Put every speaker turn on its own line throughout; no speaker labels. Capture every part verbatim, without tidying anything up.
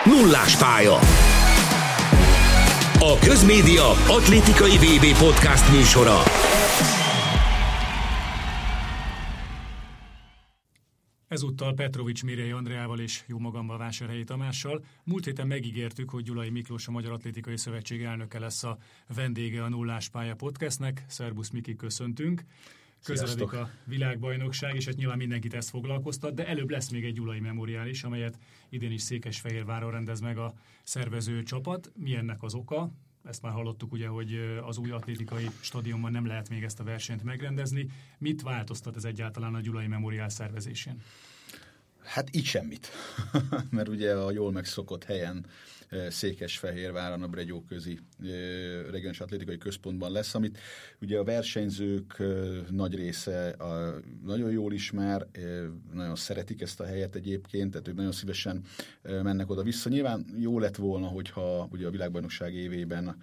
Nullás pálya. A Közmédia atlétikai vé bé podcast műsora.
Ezúttal Petrovics Mirjai Andreával és jómagammal Vásárhelyi Tamással. Múlt héten megígértük, hogy Gyulai Miklós, a Magyar Atlétikai Szövetség elnöke lesz a vendége a Nullás pálya podcastnek. Szerbusz Miki, köszöntünk. Közeledik a világbajnokság, és hát nyilván mindenkit ezt foglalkoztat, de előbb lesz még egy gyulai memoriál is, amelyet idén is Székesfehérváron rendez meg a szervező csapat. Mi ennek az oka? Ezt már hallottuk ugye, hogy az új atlétikai stadionban nem lehet még ezt a versenyt megrendezni. Mit változtat ez egyáltalán a gyulai memoriál szervezésén?
Hát így semmit, mert ugye a jól megszokott helyen, Székesfehérváron, a Bregyóközi Regionális Atlétikai Központban lesz, amit ugye a versenyzők nagy része a, nagyon jól ismer, nagyon szeretik ezt a helyet egyébként, tehát ők nagyon szívesen mennek oda-vissza. Nyilván jó lett volna, hogyha ugye a világbajnokság évében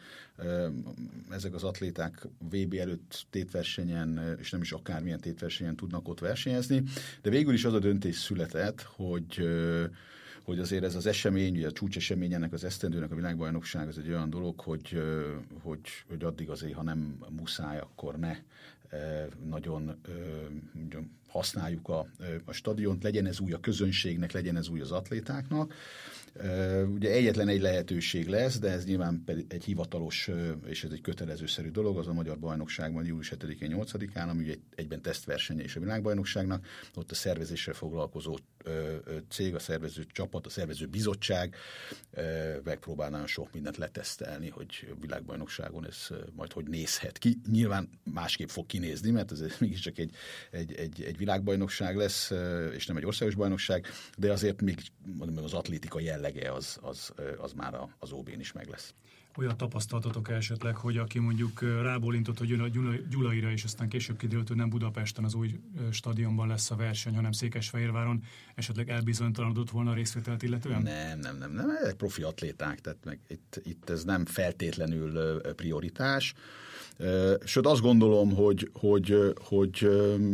ezek az atléták vé bé előtt tétversenyen, és nem is akármilyen tétversenyen tudnak ott versenyezni, de végül is az a döntés született, hogy hogy azért ez az esemény, ugye a csúcsesemény ennek az esztendőnek a világbajnokság, az egy olyan dolog, hogy, hogy, hogy addig azért, ha nem muszáj, akkor ne nagyon használjuk a, a stadiont, legyen ez új a közönségnek, legyen ez új az atlétáknak. Ugye egyetlen egy lehetőség lesz, de ez nyilván egy hivatalos és ez egy kötelezőszerű dolog, az a Magyar Bajnokságban július hetedikén nyolcadikán, ami egy, egyben tesztversenye is a világbajnokságnak, ott a szervezéssel foglalkozó cég, a szervező csapat, a szervező bizottság megpróbál nagyon sok mindent letesztelni, hogy a világbajnokságon ez majd hogy nézhet ki. Nyilván másképp fog kinézni, mert ez mégiscsak egy, egy, egy, egy világbajnokság lesz, és nem egy országos bajnokság, de azért még az atlétika jellege az, az, az már az ó bén is meg lesz.
Olyan tapasztaltatok esetleg, hogy aki mondjuk rábólintott, hogy jön a Gyulaira, és aztán később kiderült, hogy nem Budapesten az új stadionban lesz a verseny, hanem Székesfehérváron, esetleg elbizonytalanodott volna a részvételt illetően?
Nem, nem, nem, nem, ezek profi atléták, tehát meg itt, itt ez nem feltétlenül prioritás. Sőt, azt gondolom, hogy, hogy, hogy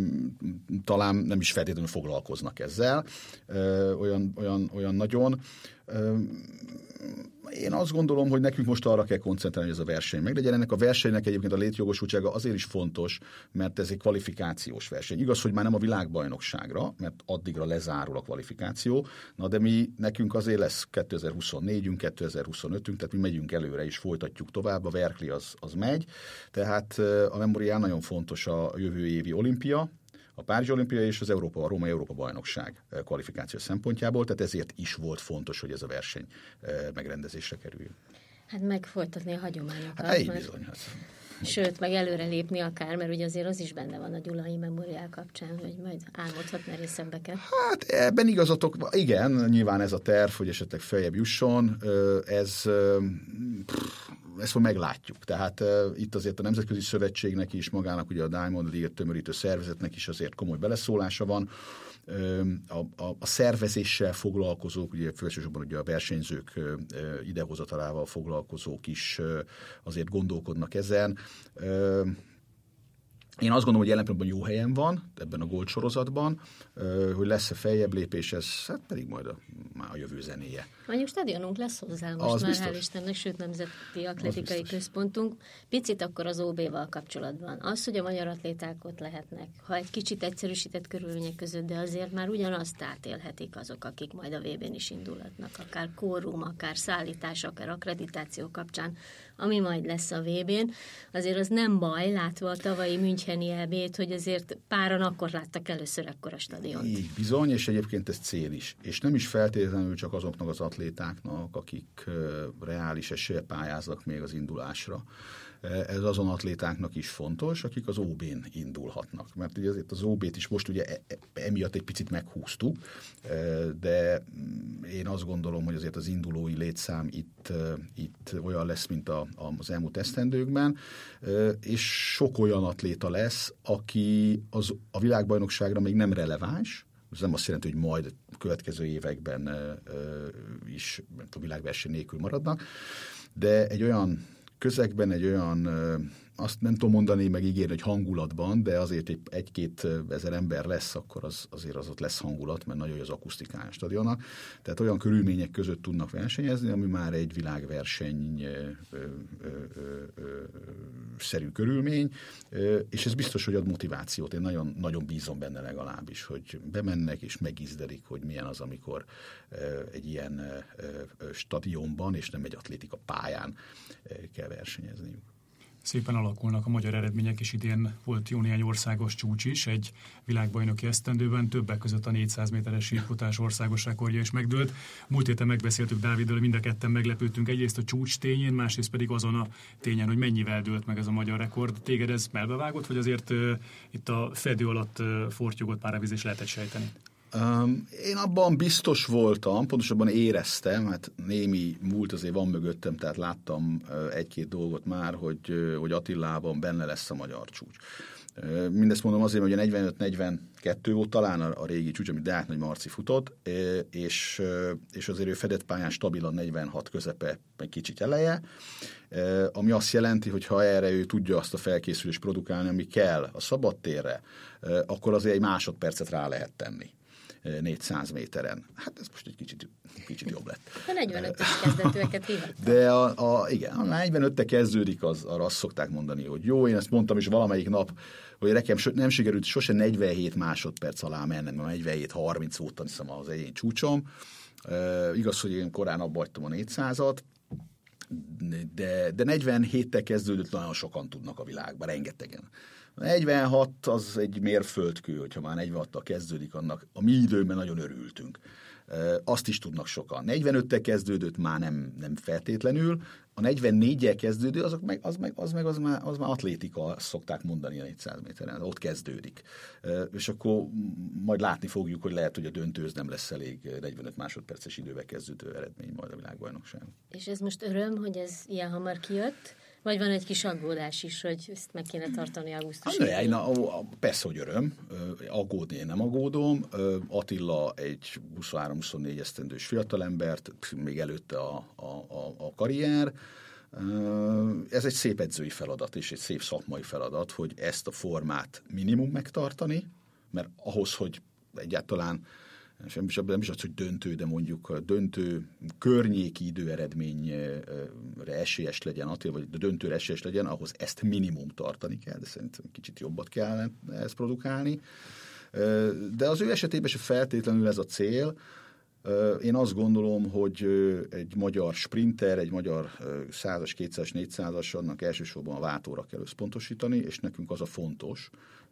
talán nem is feltétlenül foglalkoznak ezzel olyan, olyan, olyan nagyon. Én azt gondolom, hogy nekünk most arra kell koncentrálni, hogy ez a verseny meglegyen. Ennek a versenynek egyébként a létjogosultsága azért is fontos, mert ez egy kvalifikációs verseny. Igaz, hogy már nem a világbajnokságra, mert addigra lezárul a kvalifikáció, na de mi, nekünk azért lesz kétezer-huszonnégyünk, kétezer-huszonötünk, tehát mi megyünk előre és folytatjuk tovább, a Verkli az, az megy, tehát a memoriál nagyon fontos a jövő évi olimpia, a Párizsi olimpia és az Európa, a Római Európa bajnokság kvalifikáció szempontjából, tehát ezért is volt fontos, hogy ez a verseny megrendezésre kerüljön.
Hát meg folytatni a hagyományokat.
Hát, így bizony. Hát.
Sőt, meg előre lépni akár, mert ugye azért az is benne van a gyulai memoriál kapcsán, hogy majd álmodhat merészebbeket.
Hát ebben igazatok, igen, nyilván ez a terv, hogy esetleg feljebb jusson, ez... Pff, ezt meglátjuk. Tehát uh, itt azért a Nemzetközi Szövetségnek is, magának ugye a Diamond League tömörítő szervezetnek is azért komoly beleszólása van. Uh, a, a, a szervezéssel foglalkozók, ugye fősorban ugye a versenyzők uh, idehozatalával foglalkozók is uh, azért gondolkodnak ezen. Uh, Én azt gondolom, hogy jelen pillanatban jó helyen van, ebben a Gold sorozatban, hogy lesz-e feljebb lépés, ez hát pedig majd a, már a jövő zenéje.
Mondjuk stadionunk lesz hozzá most
az
már,
biztos.
Hál' Istennek, sőt Nemzeti Atlétikai Központunk. Picit akkor az ó béval kapcsolatban. Az, hogy a magyar atléták ott lehetnek, ha egy kicsit egyszerűsített körülmények között, de azért már ugyanazt átélhetik azok, akik majd a vé bén is indulhatnak, akár kórum, akár szállítás, akár akkreditáció kapcsán, ami majd lesz a vé bén. Azért az nem baj, látva a tavalyi Müncheni é bét, hogy azért páran akkor láttak először ekkora stadiont.
Így bizony, és egyébként ez cél is. És nem is feltétlenül csak azoknak az atlétáknak, akik reális eséllyel pályáznak még az indulásra. Ez azon atlétáknak is fontos, akik az ó bén indulhatnak. Mert ugye azért az ó bét is most ugye emiatt egy picit meghúztuk, de én azt gondolom, hogy azért az indulói létszám itt, itt olyan lesz, mint a, az elmúlt esztendőkben, és sok olyan atléta lesz, aki az, a világbajnokságra még nem releváns. Ez nem azt jelenti, hogy majd a következő években is a világverseny nélkül maradnak, de egy olyan közegben, egy olyan azt nem tudom mondani, meg ígérni, hogy hangulatban, de azért egy, egy-két ezer ember lesz, akkor az, azért az ott lesz hangulat, mert nagyon jó az akusztikája a stadionnak. Tehát olyan körülmények között tudnak versenyezni, ami már egy világverseny ö, ö, ö, ö, szerű körülmény, ö, és ez biztos, hogy ad motivációt. Én nagyon, nagyon bízom benne legalábbis, hogy bemennek és megizdelik, hogy milyen az, amikor ö, egy ilyen ö, ö, stadionban, és nem egy atlétika pályán ö, kell versenyezniük.
Szépen alakulnak a magyar eredmények, és idén volt jó néhány országos csúcs is, egy világbajnoki esztendőben, többek között a négyszáz méteres sífutás országos rekordja is megdőlt. Múlt héten megbeszéltük Dáviddal, mind a ketten meglepődtünk egyrészt a csúcs tényén, másrészt pedig azon a tényen, hogy mennyivel dőlt meg ez a magyar rekord. Téged ez melbevágott, vagy azért uh, itt a fedő alatt uh, fortyogott páravíz, és lehetett sejteni?
Um, én abban biztos voltam, pontosabban éreztem, hát némi múlt azért van mögöttem, tehát láttam uh, egy-két dolgot már, hogy, uh, hogy Attilában benne lesz a magyar csúcs. Uh, mindezt mondom azért, hogy a negyvenöt negyvenkettő volt talán a, a régi csúcs, amit Deák Nagy Marci futott, uh, és, uh, és azért ő fedett pályán stabilan negyvenhat közepe, egy kicsit eleje, uh, ami azt jelenti, hogy ha erre ő tudja azt a felkészülést produkálni, ami kell a szabadtérre, uh, akkor azért egy másodpercet rá lehet tenni négyszáz méteren. Hát ez most egy kicsit, kicsit jobb lett.
A negyvenötös kezdetőeket hihatta.
De a, a, igen, a negyvenötte kezdődik, az, arra azt szokták mondani, hogy jó, én ezt mondtam is valamelyik nap, hogy nekem so, nem sikerült sose negyvenhét másodperc alá mennem, mert negyvenhét harminc volt, hiszem az egyén csúcsom. Uh, igaz, hogy én korán abba hagytam a négyszázat, de, de negyvenhéttel kezdődött, nagyon sokan tudnak a világban, rengetegen. negyvenhat az egy mérföldkő, hogyha már negyvenhattal kezdődik, annak a mi időben nagyon örültünk. Azt is tudnak sokan. negyvenöttel kezdődött már nem, nem feltétlenül, a negyvennégyel kezdődő, azok meg, az, meg, az, meg az, már, az már atlétika, szokták mondani a négyszáz méteren, ott kezdődik. És akkor majd látni fogjuk, hogy lehet, hogy a döntőz nem lesz elég negyvenöt másodperces idővel kezdődő eredmény majd a világbajnokságon.
És ez most öröm, hogy ez ilyen hamar kijött? Vagy van egy kis aggódás is, hogy ezt meg kéne tartani augusztusig?
Persze, hogy öröm. Aggódni én nem aggódom. Attila egy huszonhárom huszonnégy esztendős fiatalembert, még előtte a, a, a, a karrier. Ez egy szép edzői feladat, és egy szép szakmai feladat, hogy ezt a formát minimum megtartani, mert ahhoz, hogy egyáltalán nem is, nem is az, hogy döntő, de mondjuk a döntő környéki időeredményre esélyes legyen, Attila, vagy a döntőre esélyes legyen, ahhoz ezt minimum tartani kell, de szerintem kicsit jobbat kell ezt produkálni. De az ő esetében se feltétlenül ez a cél. Én azt gondolom, hogy egy magyar sprinter, egy magyar százas, kétszázas, négyszázas, annak elsősorban a váltóra kell összpontosítani, és nekünk az a fontos,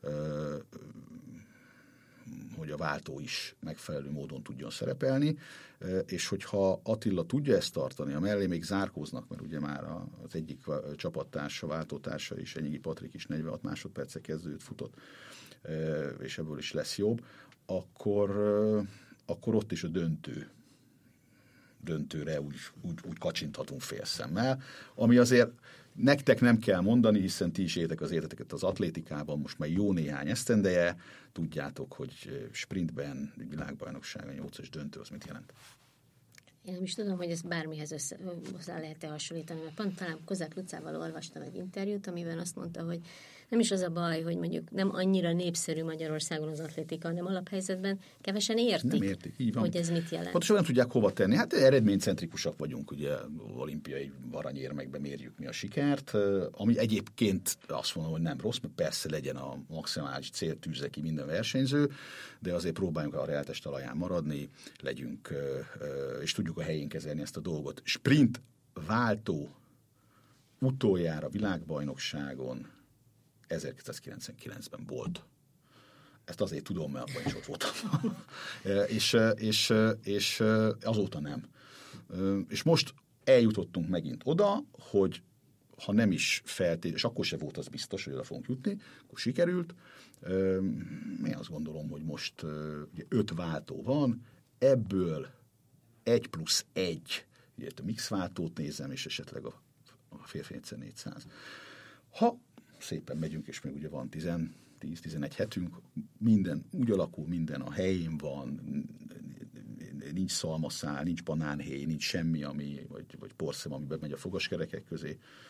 hogy a váltó is megfelelő módon tudjon szerepelni, és hogyha Attila tudja ezt tartani, a mellé még zárkóznak, mert ugye már az egyik csapattársa, váltótársa is, Enyigi Patrik is negyvenhat másodperce kezdőt futott, és ebből is lesz jobb, akkor, akkor ott is a döntő döntőre úgy, úgy, úgy kacsinthatunk félszemmel, ami azért nektek nem kell mondani, hiszen ti is értek az életeket az atlétikában, most már jó néhány esztendeje, tudjátok, hogy sprintben, világbajnokság, a nyolcas döntő, az mit jelent?
Én nem is tudom, hogy ezt bármihez össze, hozzá lehet-e hasonlítani, mert pont talán Kozák Lucával olvastam egy interjút, amiben azt mondta, hogy nem is az a baj, hogy mondjuk nem annyira népszerű Magyarországon az atlétika, hanem alaphelyzetben kevesen értik,
nem értik, így van.
Hogy ez mit jelent.
Pontosan nem tudják hova tenni. Hát eredménycentrikusak vagyunk, ugye olimpiai aranyérmekben mérjük mi a sikert, ami egyébként azt mondom, hogy nem rossz, mert persze legyen a maximális cél, tűzze ki minden versenyző, de azért próbáljunk a reáltest talaján maradni, legyünk, és tudjuk a helyén kezelni ezt a dolgot. Sprint váltó utoljára világbajnokságon ezerkilencszázkilencvenkilencben volt. Ezt azért tudom, mert abban is ott voltam. és, és, és azóta nem. És most eljutottunk megint oda, hogy ha nem is feltétlenül, és akkor se volt az biztos, hogy oda fogunk jutni, akkor sikerült. Én azt gondolom, hogy most ugye öt váltó van, ebből egy plusz egy, ugye a mix váltót nézem, és esetleg a, a férfi egyszer négyszáz. Ha szépen megyünk, és még ugye van tíz-tizenegy hetünk, minden úgy alakul, minden a helyén van, nincs szalmaszál, nincs banánhéj, nincs semmi, ami, vagy, vagy porszem, amiben megy a fogaskerekek közé,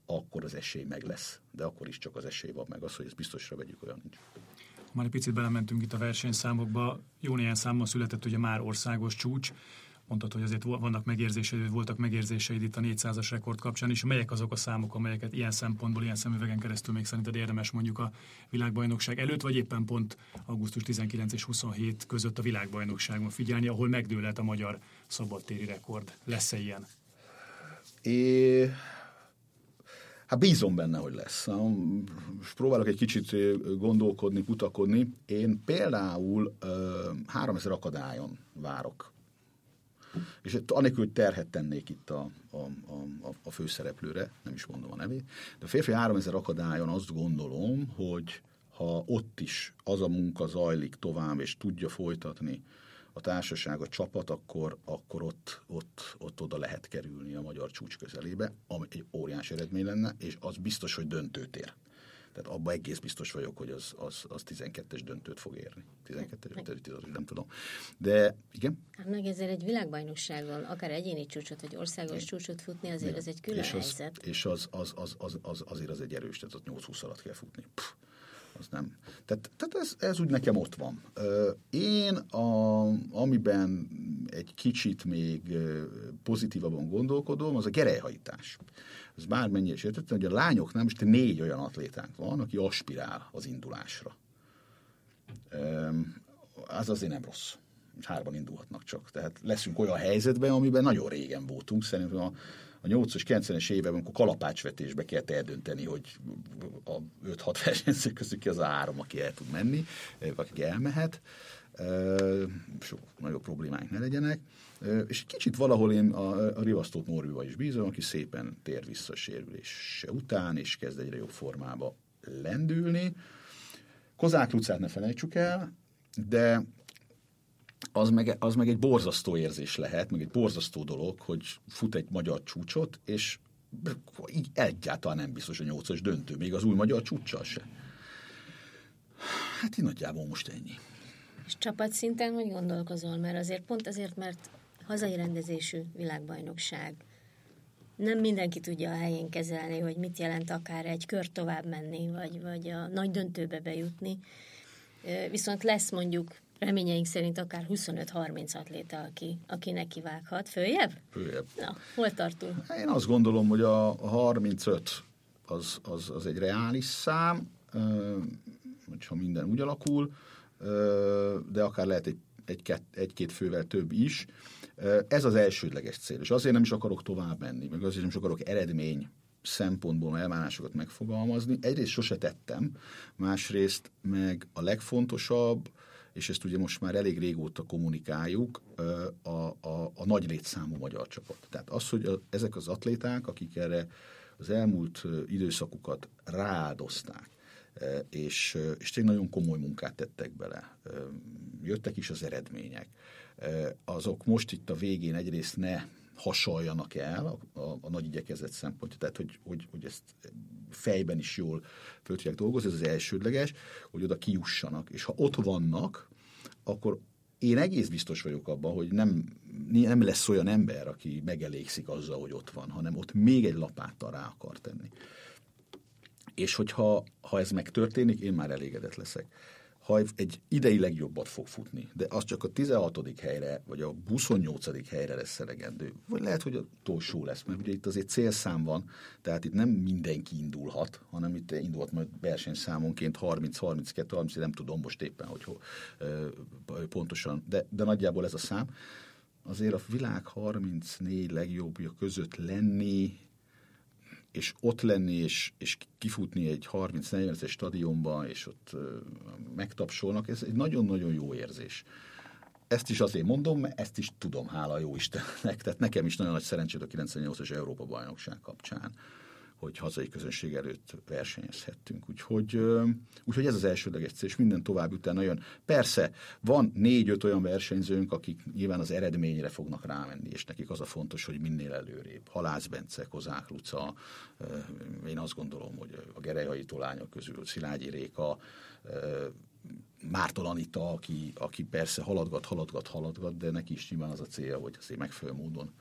akkor az esély meg lesz. De akkor is csak az esély van meg, az, hogy ezt biztosra vegyük, olyan nincs.
Már egy picit belementünk itt a versenyszámokba. Jó néhány számmal született ugye már országos csúcs. Mondtad, hogy azért vannak megérzéseid, voltak megérzéseid itt a négyszázas rekord kapcsán is. Melyek azok a számok, amelyeket ilyen szempontból, ilyen szemüvegen keresztül még szerinted érdemes mondjuk a világbajnokság előtt, vagy éppen pont augusztus tizenkilenc és huszonhét között a világbajnokságon figyelni, ahol megdőlhet a magyar szabadtéri rekord. Lesz-e ilyen?
É... Hát bízom benne, hogy lesz. Próbálok egy kicsit gondolkodni, kutakodni. Én például háromezer akadályon várok. És anélkül, hogy terhet tennék itt a, a, a, a főszereplőre, nem is mondom a nevét, de a férfi háromezer akadályon azt gondolom, hogy ha ott is az a munka zajlik tovább, és tudja folytatni a társaság, a csapat, akkor, akkor ott, ott, ott oda lehet kerülni a magyar csúcs közelébe, ami egy óriási eredmény lenne, és az biztos, hogy döntőt ér. Tehát abban egész biztos vagyok, hogy az, az, az tizenkettes döntőt fog érni. tizenkettes, tizenkettes, nem tudom. De igen?
Hát meg ezzel egy világbajnokságon, akár egyéni csúcsot, vagy országos igen. csúcsot futni, azért igen. ez egy külön
és az,
helyzet.
És az, az, az, az, az, azért az egy erős, tehát ott nyolc húsz alatt kell futni. Pff, az nem. Tehát, tehát ez, ez úgy nekem ott van. Én, a, amiben egy kicsit még pozitívabban gondolkodom, az a gerelyhajítás. Ez bármennyi is értettem, hogy a lányoknál most négy olyan atlétánk van, aki aspirál az indulásra. Az azért nem rossz. Hárman indulhatnak csak. Tehát leszünk olyan helyzetben, amiben nagyon régen voltunk. Szerintem a, a nyolcas, kilencvenes években, amikor kalapácsvetésbe kellett eldönteni, hogy a öt-hat versenyző közül ki az a három, aki el tud menni, aki elmehet. Sok nagyobb problémáink ne legyenek. És kicsit valahol én a, a Rivasztót Norbiba is bízom, aki szépen tér vissza a sérülése után, és kezd egyre jobb formába lendülni. Kozák Lucát ne felejtsük el, de az meg, az meg egy borzasztó érzés lehet, meg egy borzasztó dolog, hogy fut egy magyar csúcsot, és így egyáltalán nem biztos a nyolcas döntő, még az új magyar csúccsal se. Hát így nagyjából most ennyi.
És csapatszinten hogy gondolkozol? Mert azért pont azért, mert hazai rendezésű világbajnokság. Nem mindenki tudja a helyén kezelni, hogy mit jelent akár egy kör tovább menni, vagy, vagy a nagy döntőbe bejutni. Viszont lesz mondjuk reményeink szerint akár huszonöt-harminc atléta, aki, aki nekivághat. Följebb?
Följebb.
Na, hol tartunk?
Én azt gondolom, hogy a harmincöt az, az, az egy reális szám, hogyha minden úgy alakul, de akár lehet egy, egy, egy-két fővel több is. Ez az elsődleges cél, és azért nem is akarok tovább menni, meg azért nem is akarok eredmény szempontból elvárásokat megfogalmazni. Egyrészt sose tettem, másrészt meg a legfontosabb, és ezt ugye most már elég régóta kommunikáljuk, a, a, a nagy létszámú magyar csapat. Tehát az, hogy a, ezek az atléták, akik erre az elmúlt időszakukat rááldozták, és, és tényleg nagyon komoly munkát tettek bele. Jöttek is az eredmények. Azok most itt a végén egyrészt ne hasaljanak el a, a, a nagy igyekezet szempontja, tehát hogy, hogy, hogy ezt fejben is jól föl tudják dolgozni, ez az elsődleges, hogy oda kijussanak. És ha ott vannak, akkor én egész biztos vagyok abban, hogy nem, nem lesz olyan ember, aki megelégszik azzal, hogy ott van, hanem ott még egy lapáttal rá akar tenni. És hogyha ha ez megtörténik, én már elégedett leszek. Ha egy idei legjobbat fog futni, de az csak a tizenhatodik helyre, vagy a huszonnyolcadik helyre lesz elegendő, vagy lehet, hogy a utolsó lesz, mert ugye itt azért célszám van, tehát itt nem mindenki indulhat, hanem itt indulhat majd versenyszámonként harminc, harminckettő, harminc, nem tudom most éppen, hogy pontosan, de, de nagyjából ez a szám. Azért a világ harmincnégy legjobbja között lenni, és ott lenni, és, és kifutni egy harminc-negyvenes stadionba, és ott uh, megtapsolnak, ez egy nagyon-nagyon jó érzés. Ezt is azért mondom, mert ezt is tudom, hála jó Istennek. Tehát nekem is nagyon nagy szerencsét a kilencvennyolcas Európa-bajnokság kapcsán, hogy hazai közönség előtt versenyezhettünk. Úgyhogy, uh, úgyhogy ez az elsődleges cél, és minden tovább utána jön. Persze, van négy-öt olyan versenyzőnk, akik nyilván az eredményre fognak rámenni, és nekik az a fontos, hogy minél előrébb. Halász Bence, Kozák Luca, uh, én azt gondolom, hogy a gerelyhajító lányok közül Szilágyi Réka, uh, Márton Anita, aki, aki persze haladgat, haladgat, haladgat, de neki is nyilván az a célja, hogy azért megfelelő módon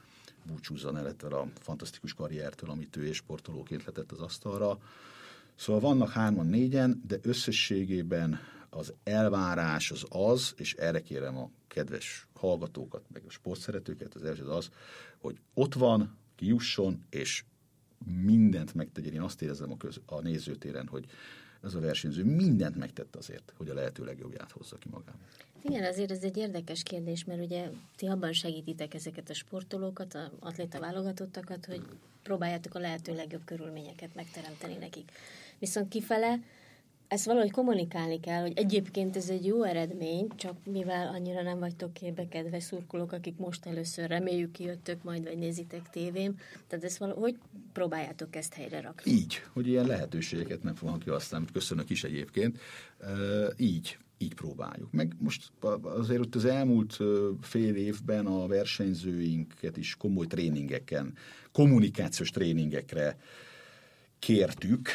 búcsúzzon el ettől a fantasztikus karriertől, amit ő és sportolóként letett az asztalra. Szóval vannak hárman, négyen, de összességében az elvárás az az, és erre kérem a kedves hallgatókat, meg a sportszeretőket, az első az az, hogy ott van, kijusson, és mindent megtegyen. Én azt érzem a, köz, a nézőtéren, hogy ez a versenyző mindent megtett azért, hogy a lehető legjobbját hozza ki magába.
Igen, azért ez egy érdekes kérdés, mert ugye ti abban segítitek ezeket a sportolókat, az atléta válogatottakat, hogy próbáljátok a lehető legjobb körülményeket megteremteni nekik. Viszont kifele ezt valahogy kommunikálni kell, hogy egyébként ez egy jó eredmény, csak mivel annyira nem vagytok képbe, kedves szurkolók, akik most először reméljük kijöttök majd, vagy nézitek tévén, tehát ezt valahogy próbáljátok ezt helyre rakni.
Így, hogy ilyen lehetőségeket nem fogunk kihasználni, köszönök is egyébként, így. Így próbáljuk. Meg most azért ott az elmúlt fél évben a versenyzőinket is komoly tréningeken, kommunikációs tréningekre kértük,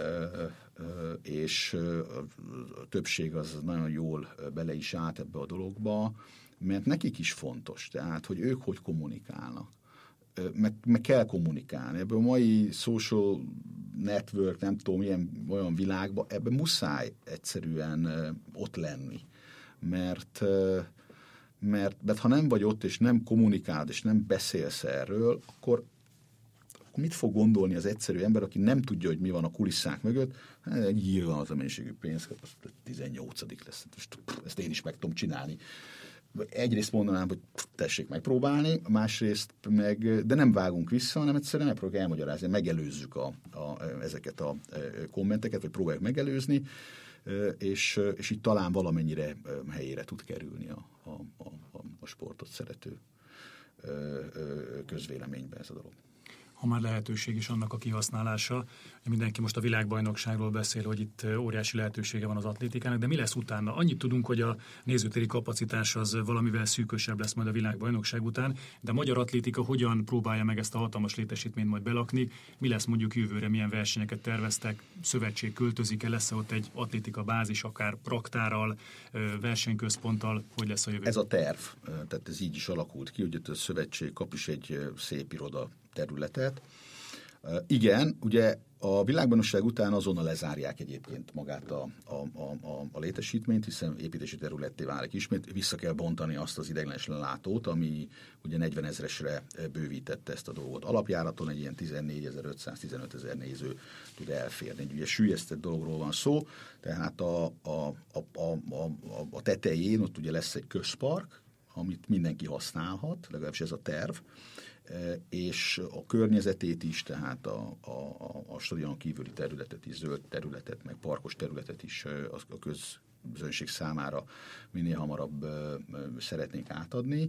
és a többség az nagyon jól bele is állt ebbe a dologba, mert nekik is fontos, tehát, hogy ők hogy kommunikálnak. Meg, meg kell kommunikálni. Ebben a mai social network, nem tudom, milyen olyan világban, ebben muszáj egyszerűen ott lenni. Mert, mert, mert ha nem vagy ott, és nem kommunikálod, és nem beszélsz erről, akkor, akkor mit fog gondolni az egyszerű ember, aki nem tudja, hogy mi van a kulisszák mögött? Nyilván az a mennyiségű pénz, tizennyolcadik lesz. Ezt én is meg tudom csinálni. Egyrészt mondanám, hogy tessék megpróbálni, másrészt meg, de nem vágunk vissza, hanem egyszerűen megpróbáljuk elmagyarázni, megelőzzük a, a, ezeket a kommenteket, vagy próbáljuk megelőzni, és, és így talán valamennyire helyére tud kerülni a, a, a, a sportot szerető közvéleménybe ez a dolog.
Ha már lehetőség is annak a kihasználása. Mindenki most a világbajnokságról beszél, hogy itt óriási lehetősége van az atlétikának, de mi lesz utána? Annyit tudunk, hogy a nézőtéri kapacitás az valamivel szűkösebb lesz majd a világbajnokság után, de a magyar atlétika hogyan próbálja meg ezt a hatalmas létesítményt majd belakni? Mi lesz mondjuk jövőre, milyen versenyeket terveztek? Szövetség költözik-e, lesz ott egy atlétika bázis, akár raktárral, versenyközponttal? Hogy lesz a jövő?
Ez a terv, tehát ez így is alakult ki, hogy a szövetség kap is egy szép iroda területet. Uh, igen, ugye a világbajnokság után azonnal lezárják egyébként magát a, a, a, a létesítményt, hiszen építési területté válik ismét. Vissza kell bontani azt az ideiglenes lelátót, ami ugye negyvenezresre bővítette ezt a dolgot. Alapjáraton egy ilyen tizennégyezer-ötszáz-tizenötezer néző tud elférni. Ugye süllyesztett dologról van szó, tehát a, a, a, a, a, a tetején ott ugye lesz egy közpark, amit mindenki használhat, legalábbis ez a terv, és a környezetét is, tehát a, a, a stadionon kívüli területet is, zöld területet, meg parkos területet is a közönség számára minél hamarabb szeretnénk átadni.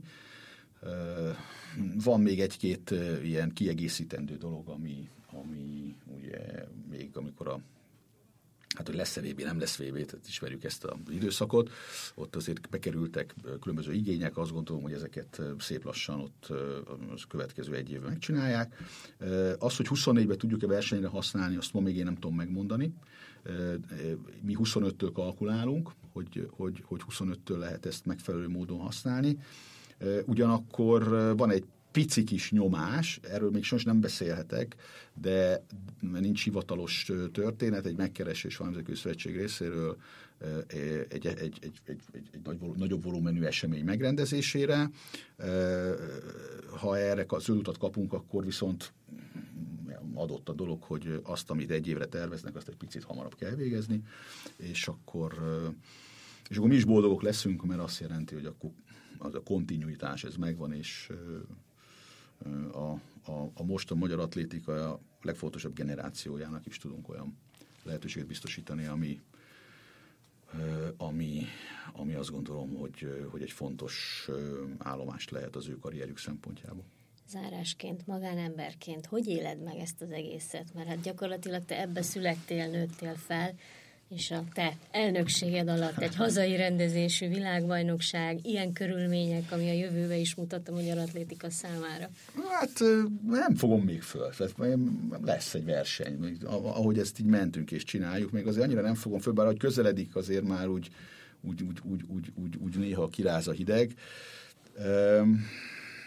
Van még egy-két ilyen kiegészítendő dolog, ami, ami ugye még amikor a hát, hogy lesz-e vé bé, nem lesz vé bé, tehát ismerjük ezt az időszakot. Ott azért bekerültek különböző igények, azt gondolom, hogy ezeket szép lassan ott az következő egy évben megcsinálják. Az, hogy huszonnégyben tudjuk-e versenyre használni, azt ma még én nem tudom megmondani. Mi huszonöttől kalkulálunk, hogy, hogy, hogy huszonöttől lehet ezt megfelelő módon használni. Ugyanakkor van egy pici kis nyomás, erről még sajnos nem beszélhetek, de nincs hivatalos történet, egy megkeresés van Nemzetközi Szövetség részéről egy, egy, egy, egy, egy, egy nagy, nagyobb volumenű esemény megrendezésére. Ha erre a zöld utat kapunk, akkor viszont adott a dolog, hogy azt, amit egy évre terveznek, azt egy picit hamarabb kell végezni, és akkor, és akkor mi is boldogok leszünk, mert azt jelenti, hogy akkor az a kontinuitás, ez megvan, és A, a, a most a magyar atlétika a legfontosabb generációjának is tudunk olyan lehetőséget biztosítani, ami, ami, ami azt gondolom, hogy, hogy egy fontos állomást lehet az ő karrierjük szempontjából.
Zárásként, magánemberként, hogy éled meg ezt az egészet? Mert hát gyakorlatilag te ebbe születtél, nőttél fel, és a te elnökséged alatt egy hazai rendezésű világbajnokság, ilyen körülmények, ami a jövőbe is mutat a magyar atlétika számára.
Hát nem fogom még föl. Lesz egy verseny. Ahogy ezt így mentünk és csináljuk, még azért annyira nem fogom föl, bár ahogy közeledik, azért már úgy, úgy, úgy, úgy, úgy, úgy, úgy néha kiráz a hideg.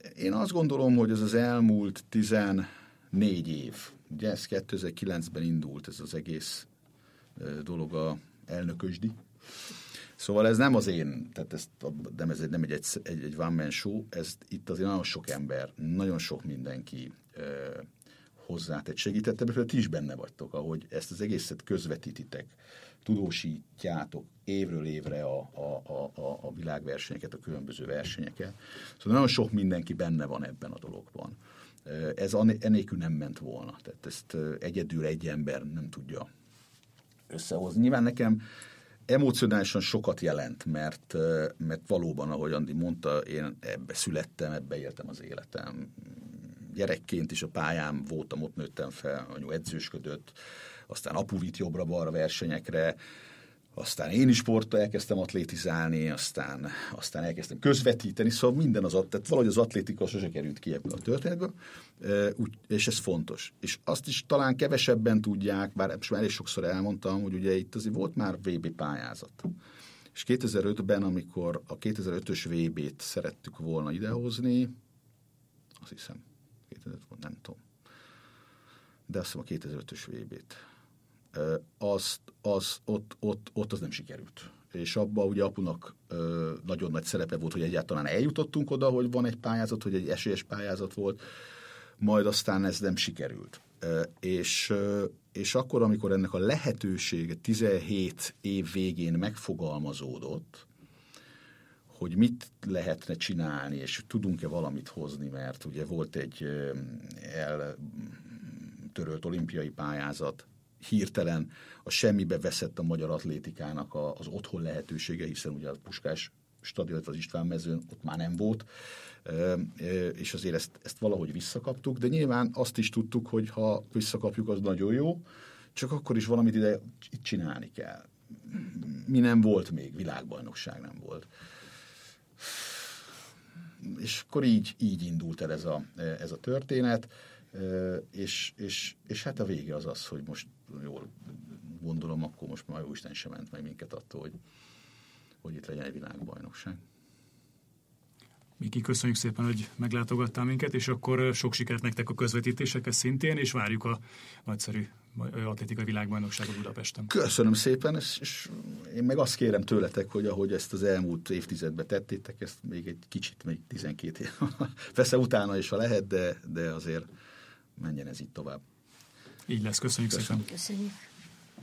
Én azt gondolom, hogy ez az elmúlt tizennégy év, ugye ez kétezer-kilencben indult ez az egész dolog, a elnökösdi. Szóval ez nem az én, tehát ez nem, ez egy, nem egy, egy, egy, egy one man show, ez itt azért nagyon sok ember, nagyon sok mindenki e, hozzátett, segítette, mert ti is benne vagytok, ahogy ezt az egészet közvetítitek, tudósítjátok évről évre a, a, a, a világversenyeket, a különböző versenyeket. Szóval nagyon sok mindenki benne van ebben a dologban. Ez enélkül nem ment volna. Tehát ezt egyedül egy ember nem tudja összehozni. Nyilván nekem emocionálisan sokat jelent, mert, mert valóban, ahogy Andi mondta, én ebbe születtem, ebbe éltem az életem. Gyerekként is a pályám voltam, ott nőttem fel, anyu edzősködött, aztán apu vitt jobbra-balra versenyekre, aztán én is sporttal elkezdtem atlétizálni, aztán, aztán elkezdtem közvetíteni, szóval minden az, tehát valahogy az atlétika sose került ki ebből a történetből, és ez fontos. És azt is talán kevesebben tudják, bár most már elég sokszor elmondtam, hogy ugye itt azért volt már vé bé pályázat. És kétezer-ötben, amikor a kétezer-ötös vé bét szerettük volna idehozni, azt hiszem, kétezer-öt, nem tudom, de azt hiszem a kétezer-ötös vé bét, az, az, ott, ott, ott az nem sikerült. És abban ugye apunak ö, nagyon nagy szerepe volt, hogy egyáltalán eljutottunk oda, hogy van egy pályázat, hogy egy esélyes pályázat volt, majd aztán ez nem sikerült. Ö, és, ö, és akkor, amikor ennek a lehetősége tizenhét év végén megfogalmazódott, hogy mit lehetne csinálni, és tudunk-e valamit hozni, mert ugye volt egy ö, eltörölt olimpiai pályázat, hirtelen a semmibe veszett a magyar atlétikának az otthon lehetősége, hiszen ugye a Puskás stadion, az István mezőn ott már nem volt, és azért ezt, ezt valahogy visszakaptuk, de nyilván azt is tudtuk, hogy ha visszakapjuk, az nagyon jó, csak akkor is valamit ide itt csinálni kell. Mi nem volt még, világbajnokság nem volt. És akkor így, így indult el ez a, ez a történet, és, és, és hát a vége az az, hogy most jól gondolom, akkor most már Jóisten sem ment meg minket attól, hogy, hogy itt legyen egy világbajnokság.
Miki, köszönjük szépen, hogy meglátogattál minket, és akkor sok sikert nektek a közvetítésekhez szintén, és várjuk a nagyszerű atlétikai világbajnokságot Budapesten.
Köszönöm szépen, és én meg azt kérem tőletek, hogy ahogy ezt az elmúlt évtizedben tettétek, ezt még egy kicsit, még tizenkét év, persze utána is, ha lehet, de, de azért menjen ez így tovább.
Így lesz, köszönjük
Köszönöm.
szépen.
Köszönjük.